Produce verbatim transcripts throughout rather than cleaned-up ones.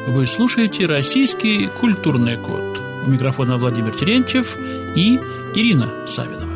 Вы слушаете «Российский культурный код». У микрофона Владимир Терентьев и Ирина Савинова.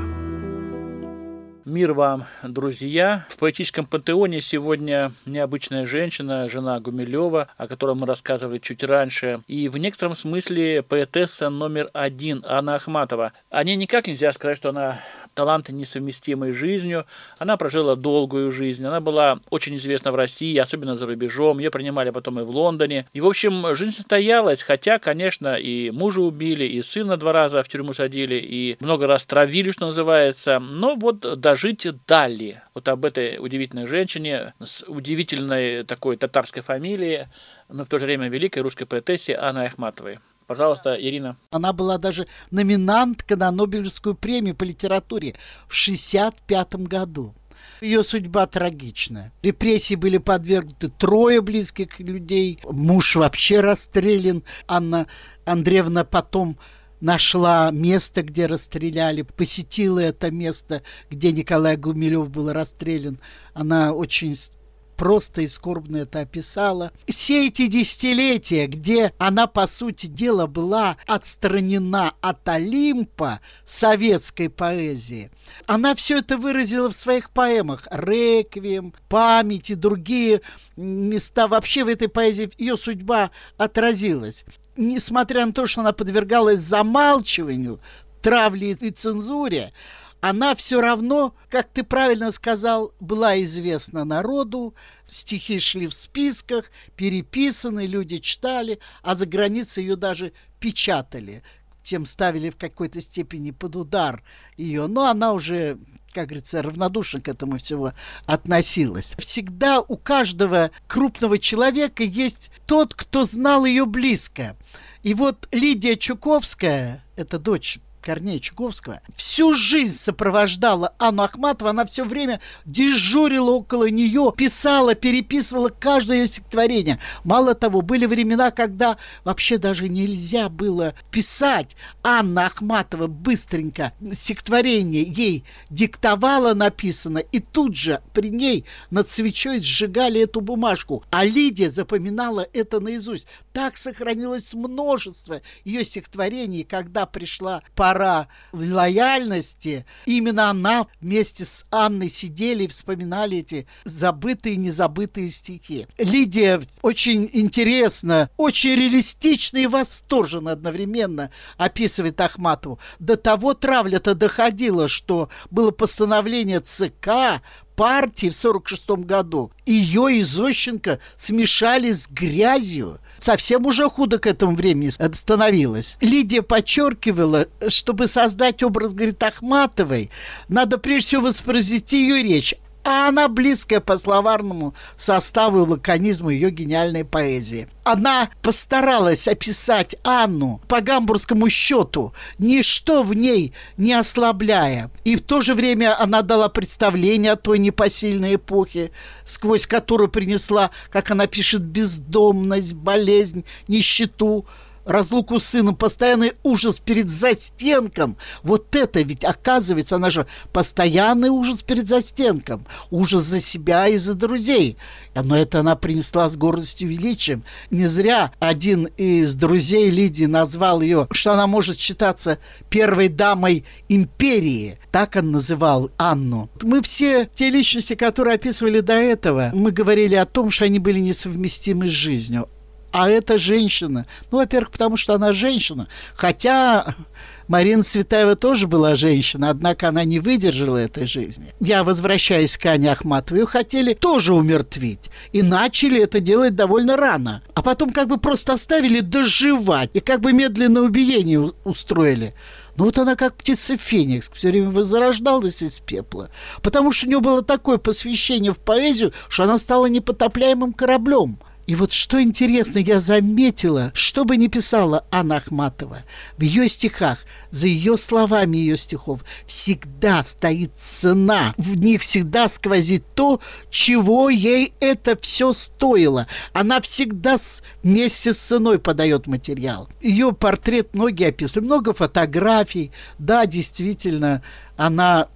Мир вам, друзья! В поэтическом пантеоне сегодня необычная женщина, жена Гумилева, о которой мы рассказывали чуть раньше, и в некотором смысле поэтесса номер один Анна Ахматова. О ней никак нельзя сказать, что она талант несовместимый с жизнью. Она прожила долгую жизнь, она была очень известна в России, особенно за рубежом, ее принимали потом и в Лондоне. И, в общем, жизнь состоялась, хотя, конечно, и мужа убили, и сына два раза в тюрьму садили, и много раз травили, что называется, но вот дожить дали. Вот об этой удивительной женщине с удивительной такой татарской фамилией, но в то же время великой русской поэтессе Анной Ахматовой. Пожалуйста, Ирина. Она была даже номинантка на Нобелевскую премию по литературе в шестьдесят пятом году. Ее судьба трагичная. Репрессии были подвергнуты трое близких людей. Муж вообще расстрелян. Анна Андреевна потом нашла место, где расстреляли, посетила это место, где Николай Гумилев был расстрелян. Она очень просто и скорбно это описала. Все эти десятилетия, где она, по сути дела, была отстранена от Олимпа советской поэзии, она все это выразила в своих поэмах. «Реквием», «Память» и другие места. Вообще в этой поэзии ее судьба отразилась. Несмотря на то, что она подвергалась замалчиванию, травле и цензуре, она все равно, как ты правильно сказал, была известна народу, стихи шли в списках, переписаны, люди читали, а за границей ее даже печатали, тем ставили в какой-то степени под удар ее. Но она уже, как говорится, равнодушно к этому всего относилась. Всегда у каждого крупного человека есть тот, кто знал ее близко. И вот Лидия Чуковская, это дочь Корнея Чуковского, всю жизнь сопровождала Анну Ахматову, она все время дежурила около нее, писала, переписывала каждое ее стихотворение. Мало того, были времена, когда вообще даже нельзя было писать. Анна Ахматова быстренько стихотворение ей диктовала, написано, и тут же при ней над свечой сжигали эту бумажку. А Лидия запоминала это наизусть. Так сохранилось множество ее стихотворений, когда пришла пора лояльности. Именно она вместе с Анной сидели и вспоминали эти забытые и незабытые стихи. Лидия очень интересно, очень реалистично и восторженно одновременно описывает Ахматову. До того травля-то доходила, что было постановление ЦК партии в сорок шестом году. Ее и Зощенко смешали с грязью. Совсем уже худо к этому времени становилось. Лидия подчеркивала, чтобы создать образ, говорит, Ахматовой, надо прежде всего воспроизвести ее речь. А она близкая по словарному составу и лаконизму ее гениальной поэзии. Она постаралась описать Анну по гамбургскому счету, ничто в ней не ослабляя. И в то же время она дала представление о той непосильной эпохе, сквозь которую принесла, как она пишет, бездомность, болезнь, нищету, разлуку с сыном, постоянный ужас перед застенком. Вот это ведь, оказывается, она же постоянный ужас перед застенком. Ужас за себя и за друзей. Но это она принесла с гордостью и величием. Не зря один из друзей Лидии назвал ее, что она может считаться первой дамой империи. Так он называл Анну. Мы все те личности, которые описывали до этого, мы говорили о том, что они были несовместимы с жизнью. А эта женщина, ну, во-первых, потому что она женщина, хотя Марина Цветаева тоже была женщина, однако она не выдержала этой жизни. Я возвращаюсь к Анне Ахматовой, ее хотели тоже умертвить, и начали это делать довольно рано, а потом как бы просто оставили доживать, и как бы медленное убиение устроили. Но вот она как птица Феникс, все время возрождалась из пепла, потому что у нее было такое посвящение в поэзию, что она стала непотопляемым кораблем. И вот что интересно, я заметила, что бы ни писала Анна Ахматова, в ее стихах, за ее словами ее стихов, всегда стоит цена. В них всегда сквозит то, чего ей это все стоило. Она всегда вместе с ценой подает материал. Ее портрет многие описывали, много фотографий. Да, действительно, она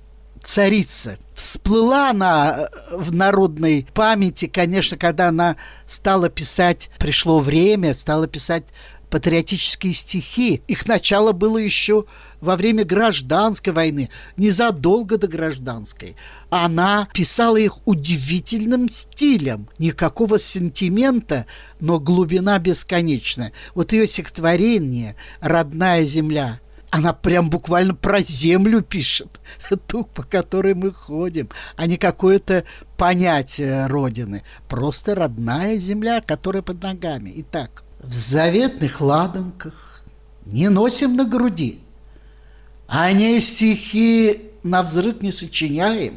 царица. Всплыла она в народной памяти, конечно, когда она стала писать, пришло время, стала писать патриотические стихи. Их начало было еще во время гражданской войны, незадолго до гражданской. Она писала их удивительным стилем. Никакого сентимента, но глубина бесконечная. Вот ее стихотворение «Родная земля», она прям буквально про землю пишет, ту, по которой мы ходим, а не какое-то понятие Родины. Просто родная земля, которая под ногами. Итак, в заветных ладанках не носим на груди, о ней стихи навзрыд не сочиняем.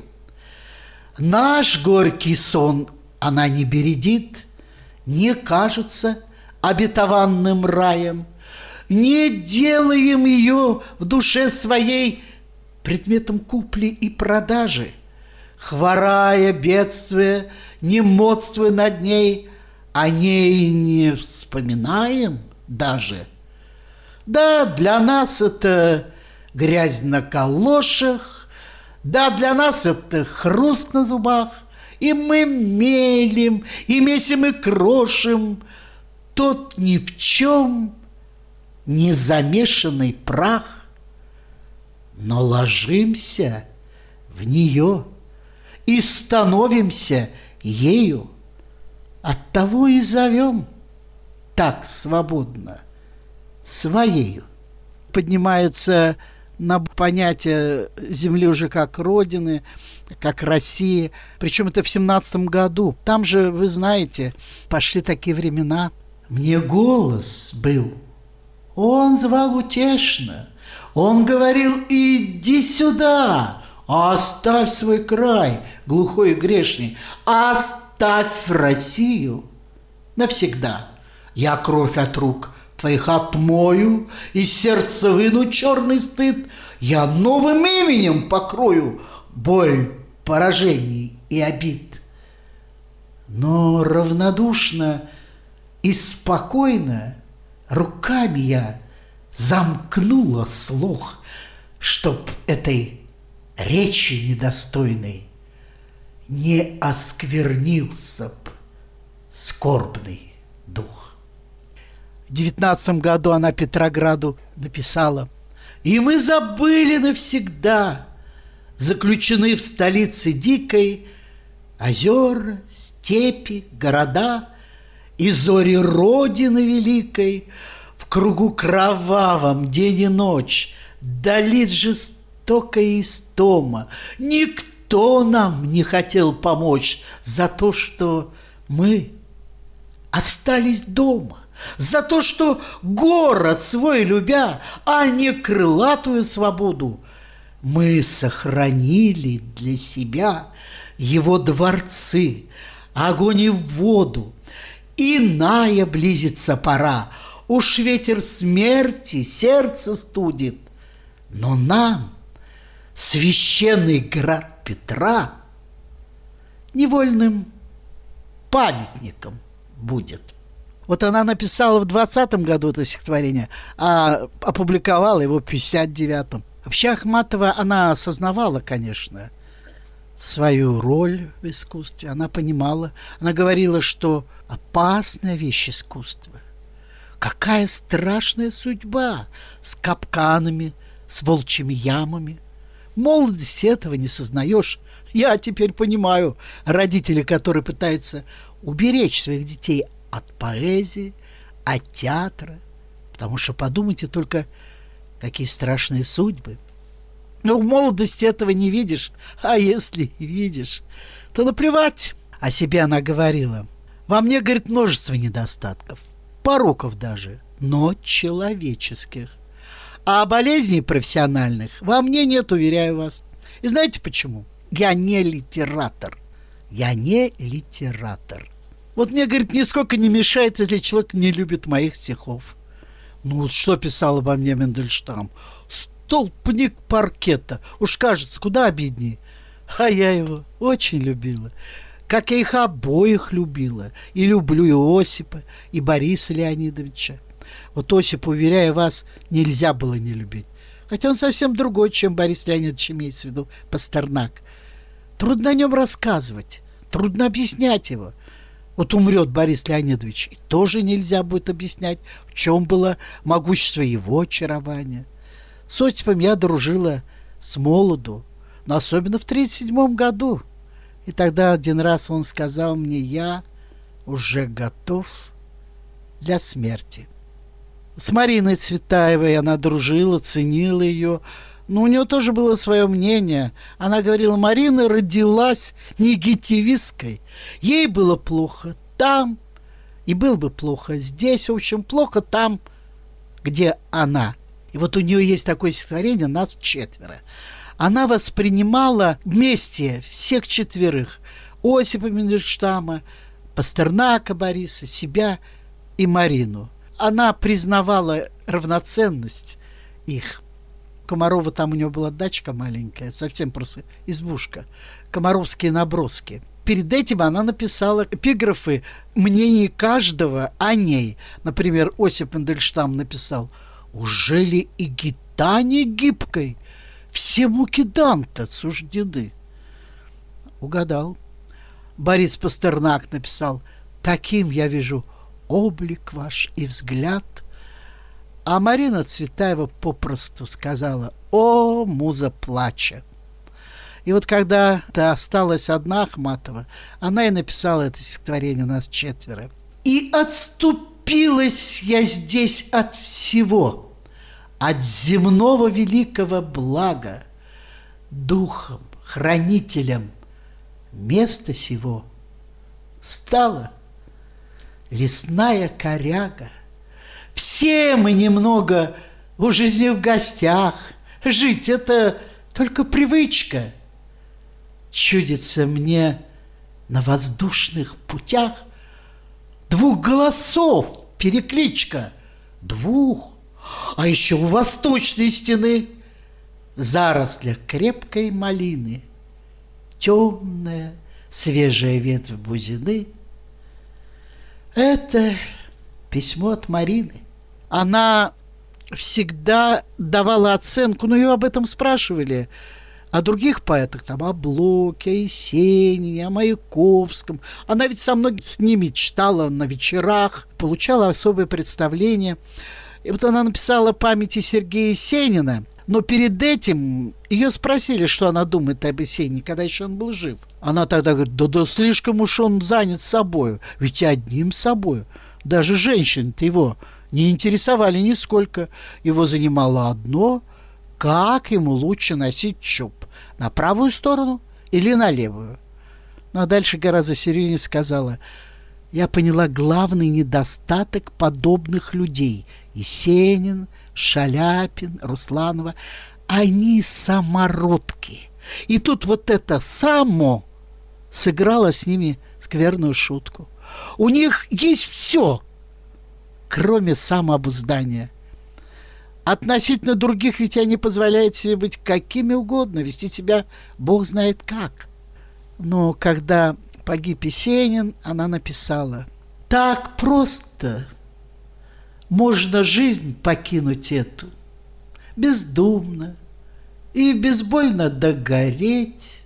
Наш горький сон она не бередит, не кажется обетованным раем. Не делаем ее в душе своей предметом купли и продажи. Хворая, бедствуя, не модствуя над ней, о ней не вспоминаем даже. Да, для нас это грязь на калошах, да, для нас это хруст на зубах, и мы мелем, и месим, и крошим тот ни в чем не замешанный прах, но ложимся в нее и становимся ею. Оттого и зовем так свободно своею. Поднимается на понятие земли уже как Родины, как России. Причем это в семнадцатом году. Там же, вы знаете, пошли такие времена. Мне голос был. Он звал утешно. Он говорил: иди сюда, оставь свой край, глухой и грешный, оставь Россию навсегда. Я кровь от рук твоих отмою, из сердца выну черный стыд. Я новым именем покрою боль поражений и обид. Но равнодушно и спокойно руками я замкнула слух, чтоб этой речи недостойной не осквернился б скорбный дух. В девятнадцатом году она Петрограду написала: «И мы забыли навсегда, заключены в столице дикой, озера, степи, города и зори Родины великой. В кругу кровавом день и ночь далит жестокая истома. Никто нам не хотел помочь за то, что мы остались дома, за то, что город свой любя, а не крылатую свободу, мы сохранили для себя его дворцы, огонь и воду. Иная близится пора, уж ветер смерти сердце студит, но нам священный град Петра невольным памятником будет». Вот она написала в двадцатом году это стихотворение, а опубликовала его в пятьдесят девятом. Вообще Ахматова, она осознавала, конечно, свою роль в искусстве. Она понимала, она говорила, что опасная вещь искусства. Какая страшная судьба с капканами, с волчьими ямами. В молодости этого не сознаешь. Я теперь понимаю родителей, которые пытаются уберечь своих детей от поэзии, от театра. Потому что подумайте только, какие страшные судьбы. Но в молодости этого не видишь, а если и видишь, то наплевать. О себе она говорила: во мне, говорит, множество недостатков, пороков даже, но человеческих. А болезней профессиональных во мне нет, уверяю вас. И знаете почему? Я не литератор. Я не литератор. Вот мне, говорит, нисколько не мешает, если человек не любит моих стихов. Ну вот что писал обо мне Мендельштам? Столпник паркета. Уж кажется, куда обиднее. А я его очень любила. Как я их обоих любила. И люблю и Осипа, и Бориса Леонидовича. Вот Осипа, уверяю вас, нельзя было не любить. Хотя он совсем другой, чем Борис Леонидович, имеется в виду Пастернак. Трудно о нем рассказывать, трудно объяснять его. Вот умрет Борис Леонидович, и тоже нельзя будет объяснять, в чем было могущество его очарования. С Осипом я дружила с молоду, но особенно в тридцать седьмом году. И тогда один раз он сказал мне: я уже готов для смерти. С Мариной Цветаевой она дружила, ценила ее, но у нее тоже было свое мнение. Она говорила: Марина родилась негативисткой. Ей было плохо там, и было бы плохо здесь. В общем, плохо там, где она. И вот у нее есть такое стихотворение «Нас четверо». Она воспринимала вместе всех четверых: Осипа Мандельштама, Пастернака Бориса, себя и Марину. Она признавала равноценность их. Комарова, там у него была дачка маленькая, совсем просто избушка. Комаровские наброски. Перед этим она написала эпиграфы мнений каждого о ней. Например, Осип Мандельштам написал: «Уже ли и гитане гибкой все муки Данте суждены?» Угадал. Борис Пастернак написал: «Таким я вижу облик ваш и взгляд». А Марина Цветаева попросту сказала: «О, муза плача». И вот когда осталась одна Ахматова, она и написала это стихотворение «Нас четверо». «И отступилась я здесь от всего, от земного великого блага, духом, хранителем места сего стала лесная коряга. Все мы немного у жизни в гостях, жить — это только привычка. Чудится мне на воздушных путях двух голосов перекличка, двух. А еще у восточной стены в зарослях крепкой малины темная свежая ветвь бузины. Это письмо от Марины. Она всегда давала оценку, ну, ее об этом спрашивали, о других поэтах, там, о Блоке, о Есенине, о Маяковском. Она ведь со многими с ними читала на вечерах, получала особое представление. И вот она написала «Памяти Сергея Есенина», но перед этим ее спросили, что она думает об Есенине, когда еще он был жив. Она тогда говорит: да, да слишком уж он занят собою, ведь одним собою. Даже женщины-то его не интересовали нисколько. Его занимало одно: как ему лучше носить чуб, на правую сторону или на левую. Ну, а дальше гораздо серьезнее сказала: я поняла главный недостаток подобных людей. Есенин, Шаляпин, Русланова — они самородки. И тут вот это «само» сыграло с ними скверную шутку. У них есть все, кроме самообуздания. Относительно других ведь они позволяют себе быть какими угодно, вести себя бог знает как. Но когда погиб Есенин, она написала: так просто можно жизнь покинуть эту, бездумно и безбольно догореть,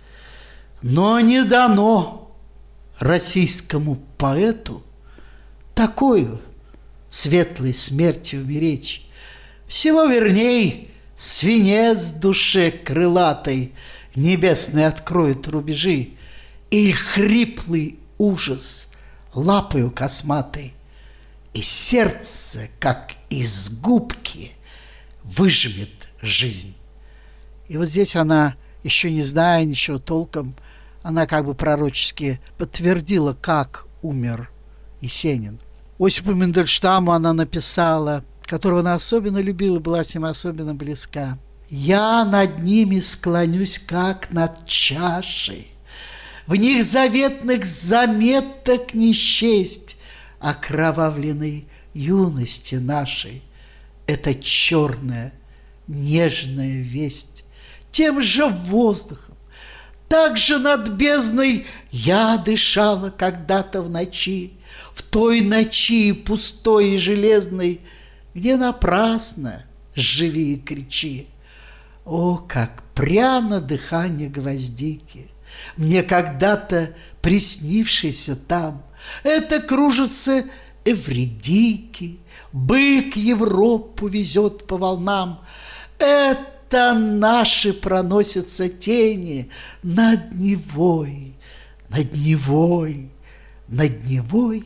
но не дано российскому поэту такою светлой смертью умереть. Всего верней свинец душе крылатой небесной откроет рубежи, и хриплый ужас лапою косматой, и сердце, как из губки, выжмет жизнь. И вот здесь она, еще не зная ничего толком, она как бы пророчески подтвердила, как умер Есенин. Осипу Мандельштаму она написала, которого она особенно любила, была с ним особенно близка: «Я над ними склонюсь, как над чашей. В них заветных заметок не счесть окровавленной юности нашей. Это черная, нежная весть. Тем же воздухом, так же над бездной я дышала когда-то в ночи, в той ночи пустой и железной, где напрасно живи и кричи. О, как пряно дыхание гвоздики, мне когда-то приснившийся там. Это кружится Эвридики, бык Европу везет по волнам. Это наши проносятся тени над Невой, над Невой, над Невой.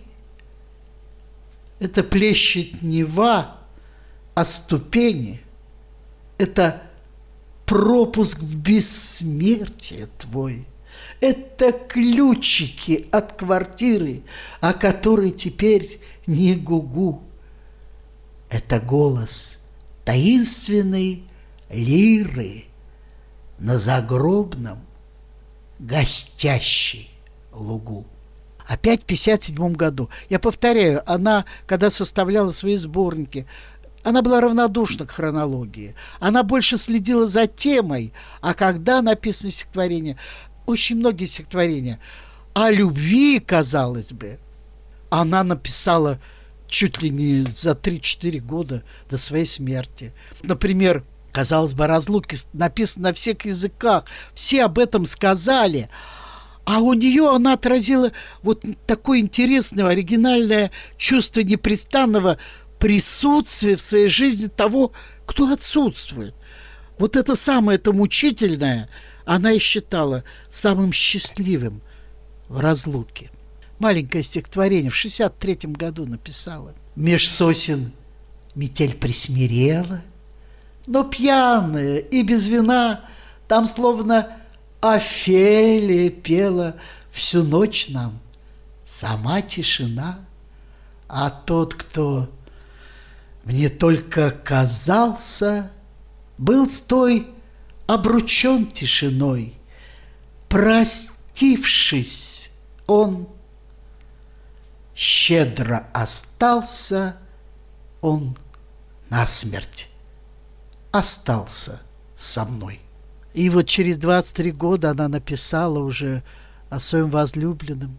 Это плещет Нева, а ступени – это пропуск в бессмертие твой. Это ключики от квартиры, о которой теперь не гугу. Это голос таинственной лиры на загробном гостящей лугу. Опять в пятьдесят седьмом году. Я повторяю, она, когда составляла свои сборники, она была равнодушна к хронологии. Она больше следила за темой, а когда написано стихотворение, очень многие стихотворения о любви, казалось бы, она написала чуть ли не за три-четыре года до своей смерти. Например, казалось бы, о разлуке написано на всех языках, все об этом сказали, а у нее она отразила вот такое интересное, оригинальное чувство непрестанного присутствия в своей жизни того, кто отсутствует. Вот это самое, это мучительное, она и считала самым счастливым в разлуке. Маленькое стихотворение в шестьдесят третьем году написала. Меж сосен метель присмирела, но пьяная и без вина, там словно Офелия пела всю ночь нам, сама тишина. А тот, кто мне только казался, был с той обручен тишиной. Простившись, он щедро остался, он насмерть остался со мной. И вот через двадцать три года она написала уже о своем возлюбленном.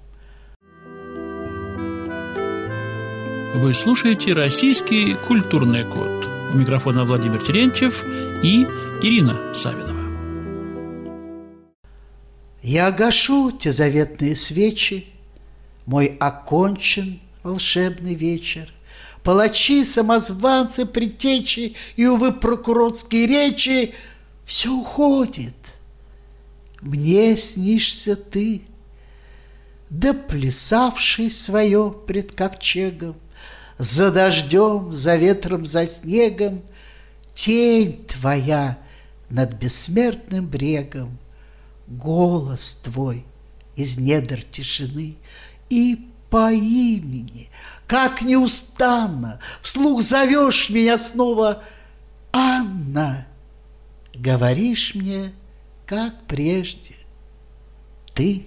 Вы слушаете «Российский культурный код». У микрофона Владимир Терентьев и Ирина Савинова. Я гашу те заветные свечи, мой окончен волшебный вечер. Палачи, самозванцы, предтечи и, увы, прокурорские речи — все уходит. Мне снишься ты, доплясавший свое пред ковчегом, за дождем, за ветром, за снегом, тень твоя над бессмертным брегом, голос твой из недр тишины, и по имени, как неустанно, вслух зовешь меня снова: Анна, говоришь мне, как прежде, ты.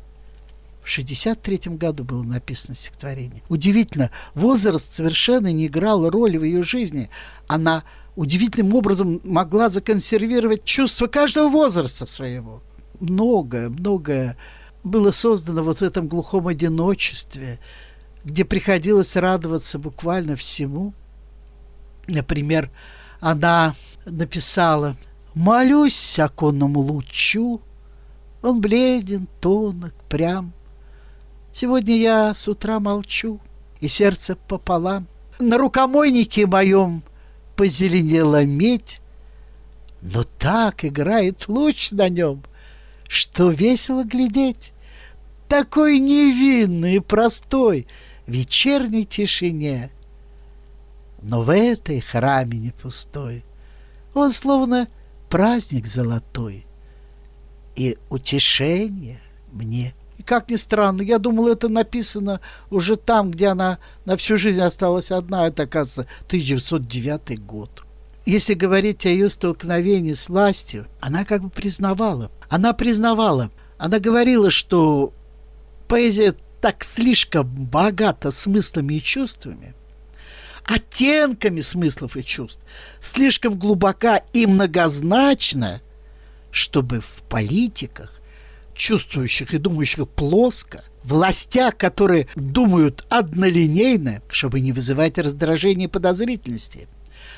В шестьдесят третьем году было написано стихотворение. Удивительно, возраст совершенно не играл роли в ее жизни. Она удивительным образом могла законсервировать чувство каждого возраста своего. Многое, многое было создано вот в этом глухом одиночестве, где приходилось радоваться буквально всему. Например, она написала: «Молюсь оконному лучу, он бледен, тонок, прям. Сегодня я с утра молчу, и сердце пополам. На рукомойнике моем позеленела медь, но так играет луч на нем, что весело глядеть. Такой невинный и простой в вечерней тишине. Но в этой храмине пустой он словно праздник золотой и утешение мне». И как ни странно, я думал, это написано уже там, где она на всю жизнь осталась одна. Это, оказывается, тысяча девятьсот девятый год. Если говорить о ее столкновении с властью, она как бы признавала. Она признавала. Она говорила, что поэзия так слишком богата смыслами и чувствами, оттенками смыслов и чувств, слишком глубока и многозначна, чтобы в политиках, чувствующих и думающих плоско, властях, которые думают однолинейно, чтобы не вызывать раздражения и подозрительности,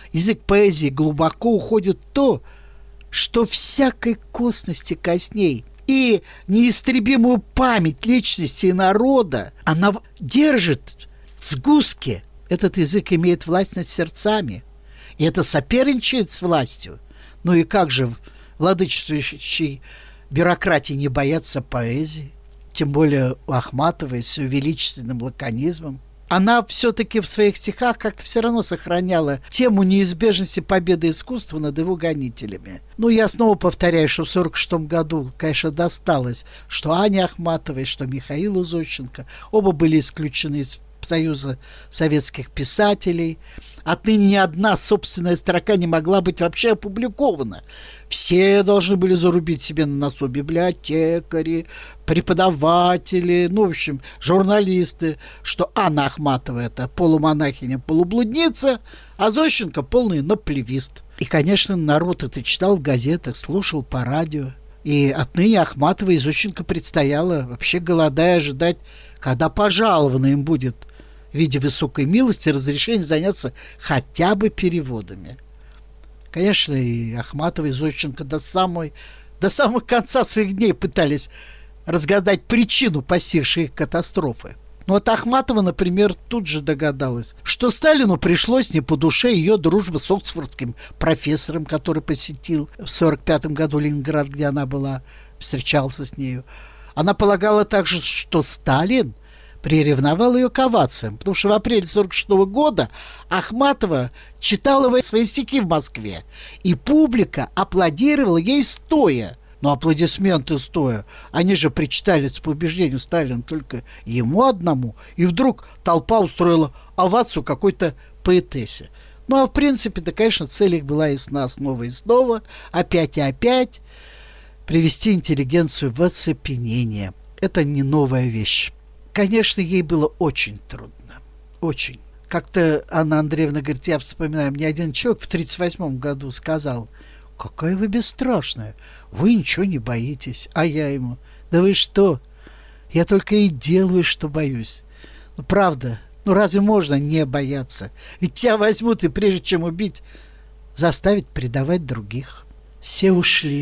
язык поэзии глубоко уходит в то, что всякой косности косней и неистребимую память личности и народа она держит в сгустке. Этот язык имеет власть над сердцами, и это соперничает с властью. Ну и как же владычествующей бюрократии не боятся поэзии? Тем более у Ахматовой с ее величественным лаконизмом. Она все-таки в своих стихах как-то все равно сохраняла тему неизбежности победы искусства над его гонителями. Ну, я снова повторяю, что в сорок шестом году, конечно, досталось, что Ане Ахматовой, что Михаилу Зощенко. Оба были исключены из Союза советских писателей. Отныне ни одна собственная строка не могла быть вообще опубликована. Все должны были зарубить себе на носу: библиотекари, преподаватели, ну, в общем, журналисты, что Анна Ахматова – это полумонахиня, полублудница, а Зощенко – полный наплевист. И, конечно, народ это читал в газетах, слушал по радио. И отныне Ахматова и Зощенко предстояло, вообще голодая, ожидать, когда пожаловано им будет в виде высокой милости разрешение заняться хотя бы переводами. Конечно, и Ахматова, и Зощенко до, самой, до самого конца своих дней пытались разгадать причину постигшей их катастрофы. Но вот Ахматова, например, тут же догадалась, что Сталину пришлось не по душе ее дружба с оксфордским профессором, который посетил в сорок пятом году Ленинград, где она была, встречался с нею. Она полагала также, что Сталин приревновал ее к овациям, потому что в апреле сорок шестого года Ахматова читала свои стихи в Москве, и публика аплодировала ей стоя. Но аплодисменты стоя, они же причитались по убеждению Сталина только ему одному, и вдруг толпа устроила овацию какой-то поэтессе. Ну, а в принципе, да, конечно, цель их была ясна: снова и снова, опять и опять привести интеллигенцию в оцепенение. Это не новая вещь. Конечно, ей было очень трудно. Очень. Как-то Анна Андреевна говорит, я вспоминаю, мне один человек в тридцать восьмом году сказал: какая вы бесстрашная, вы ничего не боитесь. А я ему: да вы что, я только и делаю, что боюсь. Ну, правда, ну разве можно не бояться? Ведь тебя возьмут и прежде чем убить, заставить предавать других. Все ушли,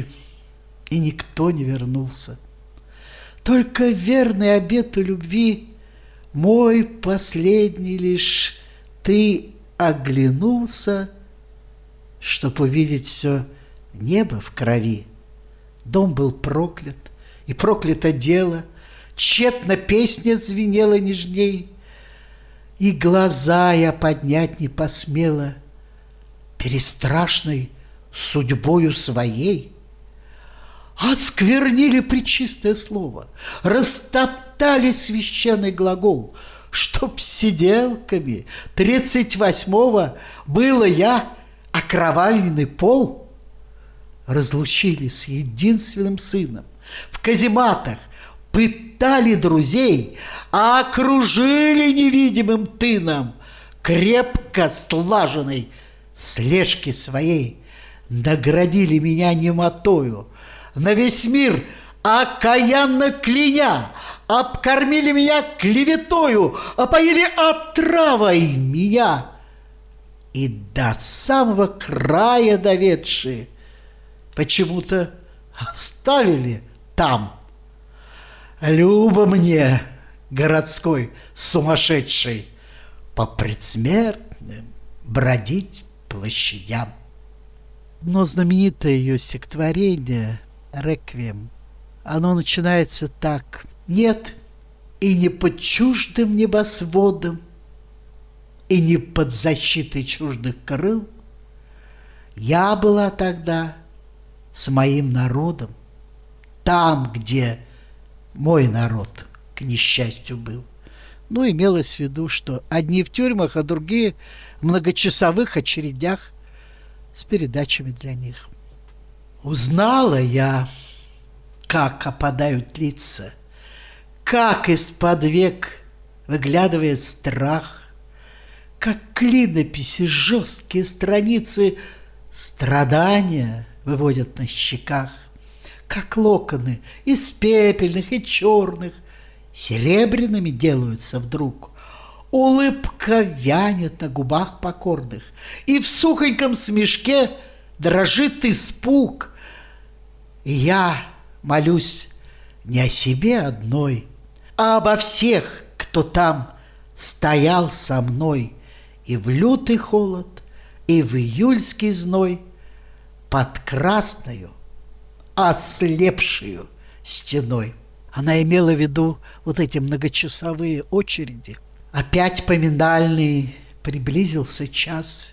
и никто не вернулся. Только верный обету любви, мой последний лишь ты оглянулся, чтоб увидеть все небо в крови. Дом был проклят, и проклято дело, тщетно песня звенела нежней, и глаза я поднять не посмела перестрашной судьбою своей. Осквернили пречистое слово, растоптали священный глагол, чтоб сиделками тридцать восьмого было я окровавленный пол. Разлучили с единственным сыном, в казематах пытали друзей, а окружили невидимым тыном, крепко слаженной слежки своей наградили меня немотою, на весь мир окаянно кляня, обкормили меня клеветою, опоили отравой меня, и до самого края доведшие почему-то оставили там. Любо мне, городской сумасшедший, по предсмертным бродить площадям. Но знаменитое ее стихотворение «Реквием», оно начинается так: «Нет, и не под чуждым небосводом, и не под защитой чуждых крыл я была тогда с моим народом, там, где мой народ, к несчастью, был». Ну, имелось в виду, что одни в тюрьмах, а другие в многочасовых очередях с передачами для них. Узнала я, как опадают лица, как из-под век выглядывает страх, как клинописи жесткие страницы страдания выводят на щеках, как локоны из пепельных и черных серебряными делаются вдруг. улыбка вянет на губах покорных, и в сухоньком смешке дрожит испуг. И я молюсь не о себе одной, а обо всех, кто там стоял со мной и в лютый холод, и в июльский зной под красною, ослепшую стеной. Она имела в виду вот эти многочасовые очереди. Опять поминальный приблизился час.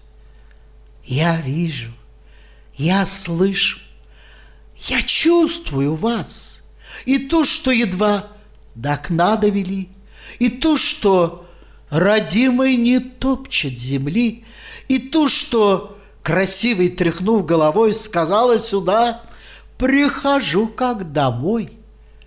Я вижу, я слышу, я чувствую вас. И то, что едва до окна довели, и то, что родимый не топчет земли, и то, что красивый, тряхнув головой, сказала сюда: прихожу как домой.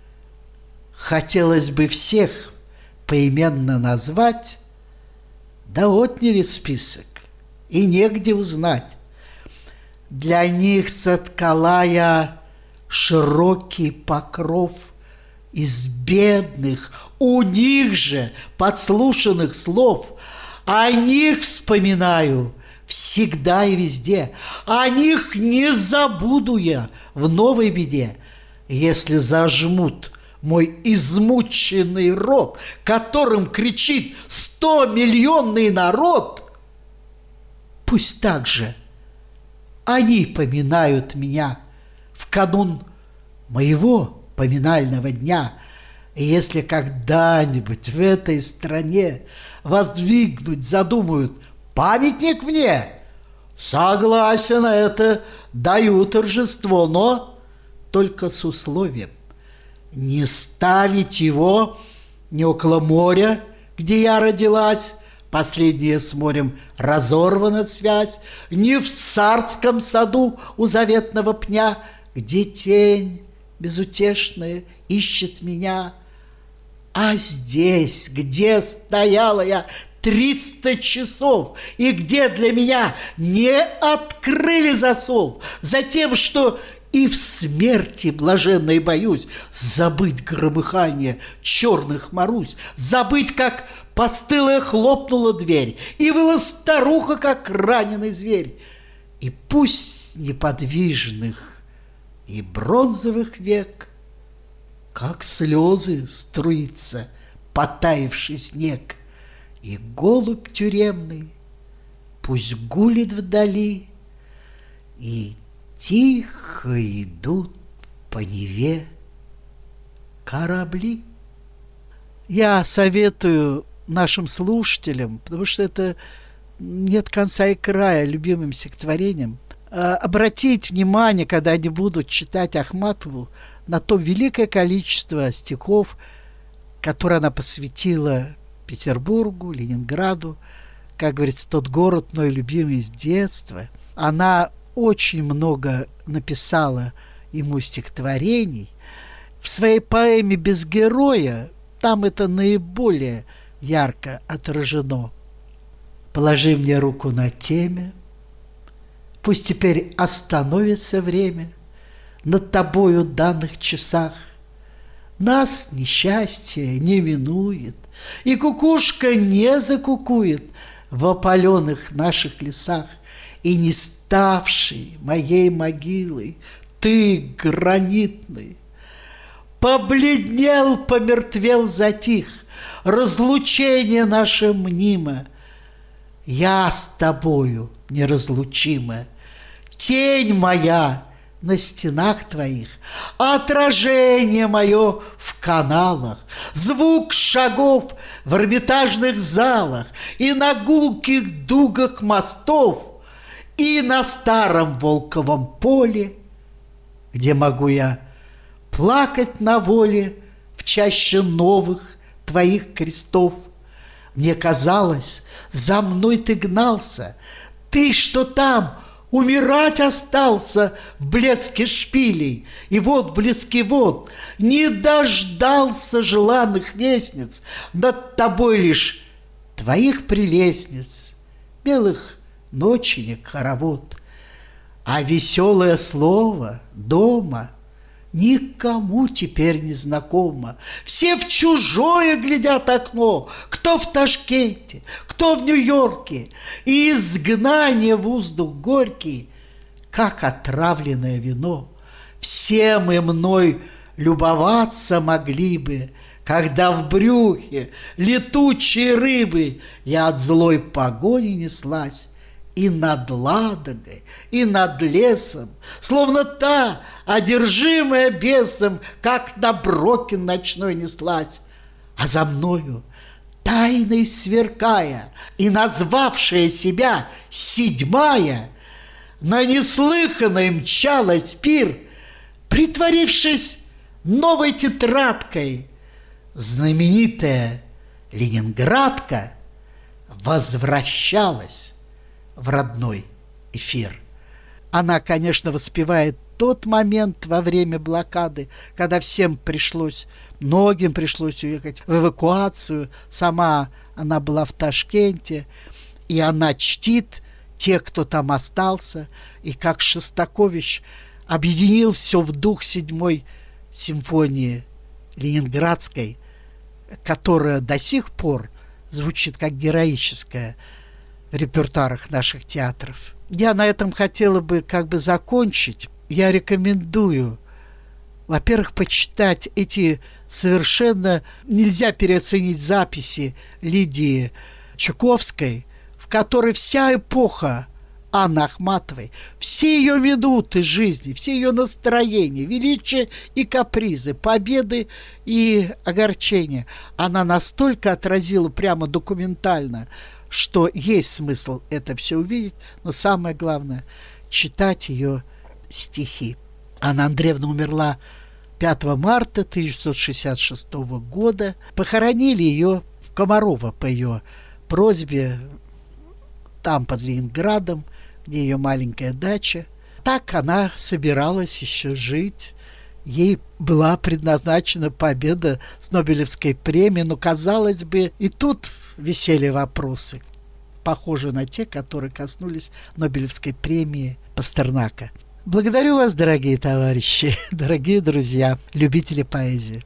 Хотелось бы всех поименно назвать, да отняли список, и негде узнать. Для них соткала я широкий покров из бедных, у них же подслушанных слов. О них вспоминаю всегда и везде, о них не забуду я в новой беде. Если зажмут мой измученный рот, которым кричит стомиллионный народ, пусть так же они поминают меня в канун моего поминального дня. И если когда-нибудь в этой стране воздвигнуть задумают памятник мне, согласен, это даю торжество, но только с условием не ставить его ни около моря, где я родилась, последняя с морем разорвана связь, ни в царском саду у заветного пня, где тень безутешная ищет меня, а здесь, где стояла я триста часов, и где для меня не открыли засов, за тем, что и в смерти блаженной боюсь забыть громыхание черных Марусь, забыть, как постылая хлопнула дверь, и выла старуха, как раненый зверь. И пусть неподвижных и бронзовых век, как слезы струится потаивший снег, и голубь тюремный пусть гулит вдали, и тихо идут по Неве корабли. Я советую нашим слушателям, потому что это нет конца и края любимым стихотворением, обратить внимание, когда они будут читать Ахматову, на то великое количество стихов, которые она посвятила Петербургу, Ленинграду, как говорится, тот город мой любимый с детства. Она очень много написала ему стихотворений. В своей поэме «Без героя» там это наиболее ярко отражено. Положи мне руку на темя, пусть теперь остановится время над тобою данных часах. Нас несчастье не минует, и кукушка не закукует в опаленных наших лесах. И не ставший моей могилой ты гранитный, побледнел, помертвел, затих, разлучение наше мнимо. Я с тобою неразлучима, тень моя на стенах твоих, отражение мое в каналах, звук шагов в эрмитажных залах и на гулких дугах мостов, и на старом Волковом поле, где могу я плакать на воле в чаще новых твоих крестов. Мне казалось, за мной ты гнался, ты, что там умирать остался в блеске шпилей, и вот блески вод, не дождался желанных вестниц, над тобой лишь твоих прелестниц, белых ноченек хоровод. А веселое слово дома никому теперь не знакомо. Все в чужое глядят окно, кто в Ташкенте, кто в Нью-Йорке, и изгнание в воздух горький, как отравленное вино. Все мы мной любоваться могли бы, когда в брюхе летучие рыбы я от злой погони неслась, и над Ладогой, и над лесом, словно та, одержимая бесом, как на брокен ночной неслась, а за мною, тайной сверкая и назвавшая себя седьмая, на неслыханной мчалась пир, притворившись новой тетрадкой. Знаменитая ленинградка возвращалась в родной эфир. Она, конечно, воспевает тот момент во время блокады, когда всем пришлось, многим пришлось уехать в эвакуацию. Сама она была в Ташкенте, и она чтит тех, кто там остался, и как Шостакович объединил все в дух седьмой симфонии ленинградской, которая до сих пор звучит как героическая в репертуарах наших театров. Я на этом хотела бы как бы закончить. Я рекомендую, во-первых, почитать эти совершенно нельзя переоценить записи Лидии Чуковской, в которой вся эпоха Анны Ахматовой, все ее минуты жизни, все ее настроения, величие и капризы, победы и огорчения, она настолько отразила прямо документально, что есть смысл это все увидеть, но самое главное – читать ее стихи. Анна Андреевна умерла пятого марта тысяча девятьсот шестьдесят шестого года. Похоронили ее в Комарово по ее просьбе, там под Ленинградом, где ее маленькая дача. Так она собиралась еще жить. Ей была предназначена победа с Нобелевской премией, но, казалось бы, и тут висели вопросы, похожие на те, которые коснулись Нобелевской премии Пастернака. Благодарю вас, дорогие товарищи, дорогие друзья, любители поэзии.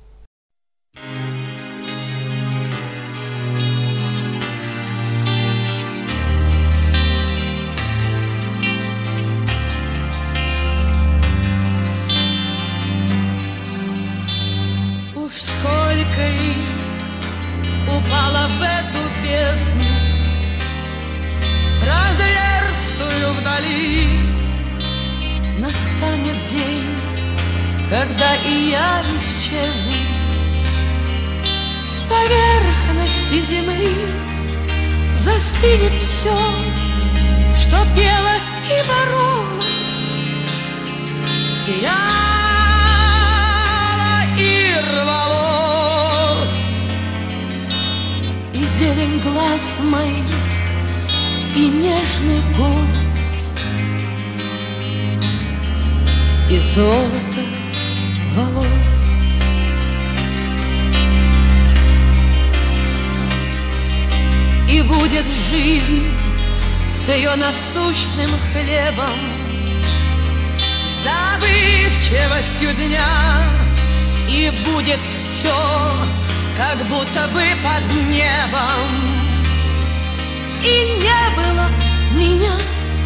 Уж сколько их упало в эту бездну разверстую вдали. Настанет день, когда и я исчезну с поверхности земли. Застынет все, что пело и боролось, сияло и рвалось, и зелень глаз моих, и нежный голос, и золото волос. И будет жизнь с ее насущным хлебом, забывчивостью дня, и будет все, как будто бы под небом. И не было меня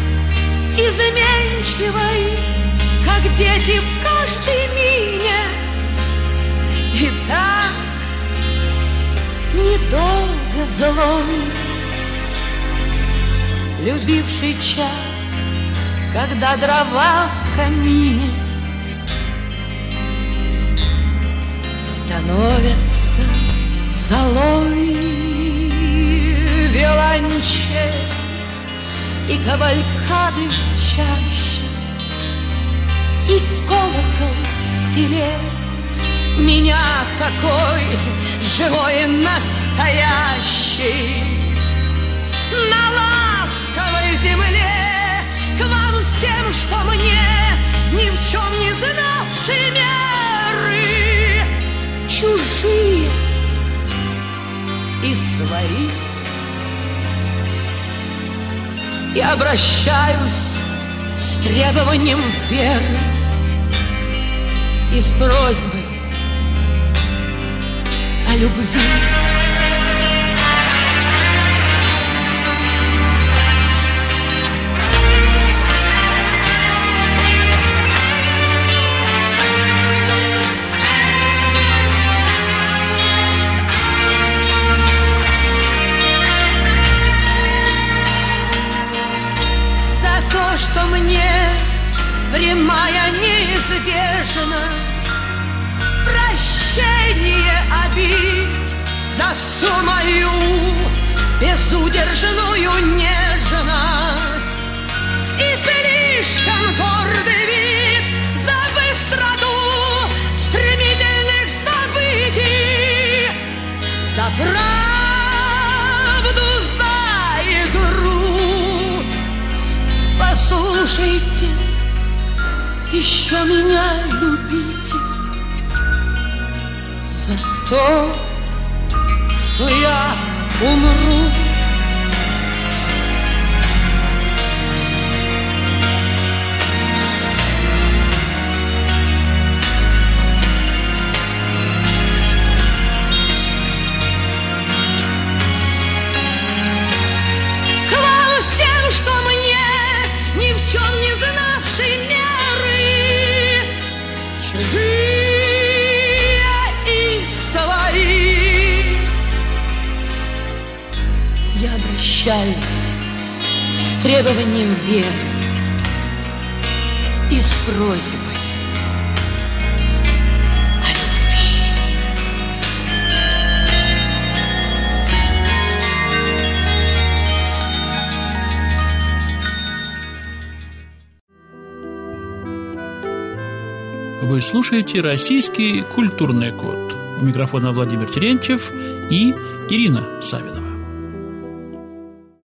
изменчивой, как дети в каждой мине. И так недолго злой, любивший час, когда дрова в камине становятся золой. Виолончель и кавалькады чаще, и колокол в селе меня такой живой и настоящий. На ласковой земле к вам всем, что мне ни в чем не знавшие меры, чужие и свои. Я обращаюсь с требованием веры, и с просьбой о любви. Что мне прямая неизбежность, прощение обид за всю мою безудержную нежность и слишком гордый вид за быстроту стремительных событий, за правду, за игру. Послушайте, еще меня любите за то, что я умру. К вам всем, что мне ни в чем не знавшей меры, чужие и свои, я обращаюсь с требованием веры и с просьбой о любви. Вы слушаете «Российский культурный код». У микрофона Владимир Терентьев и Ирина Савинова.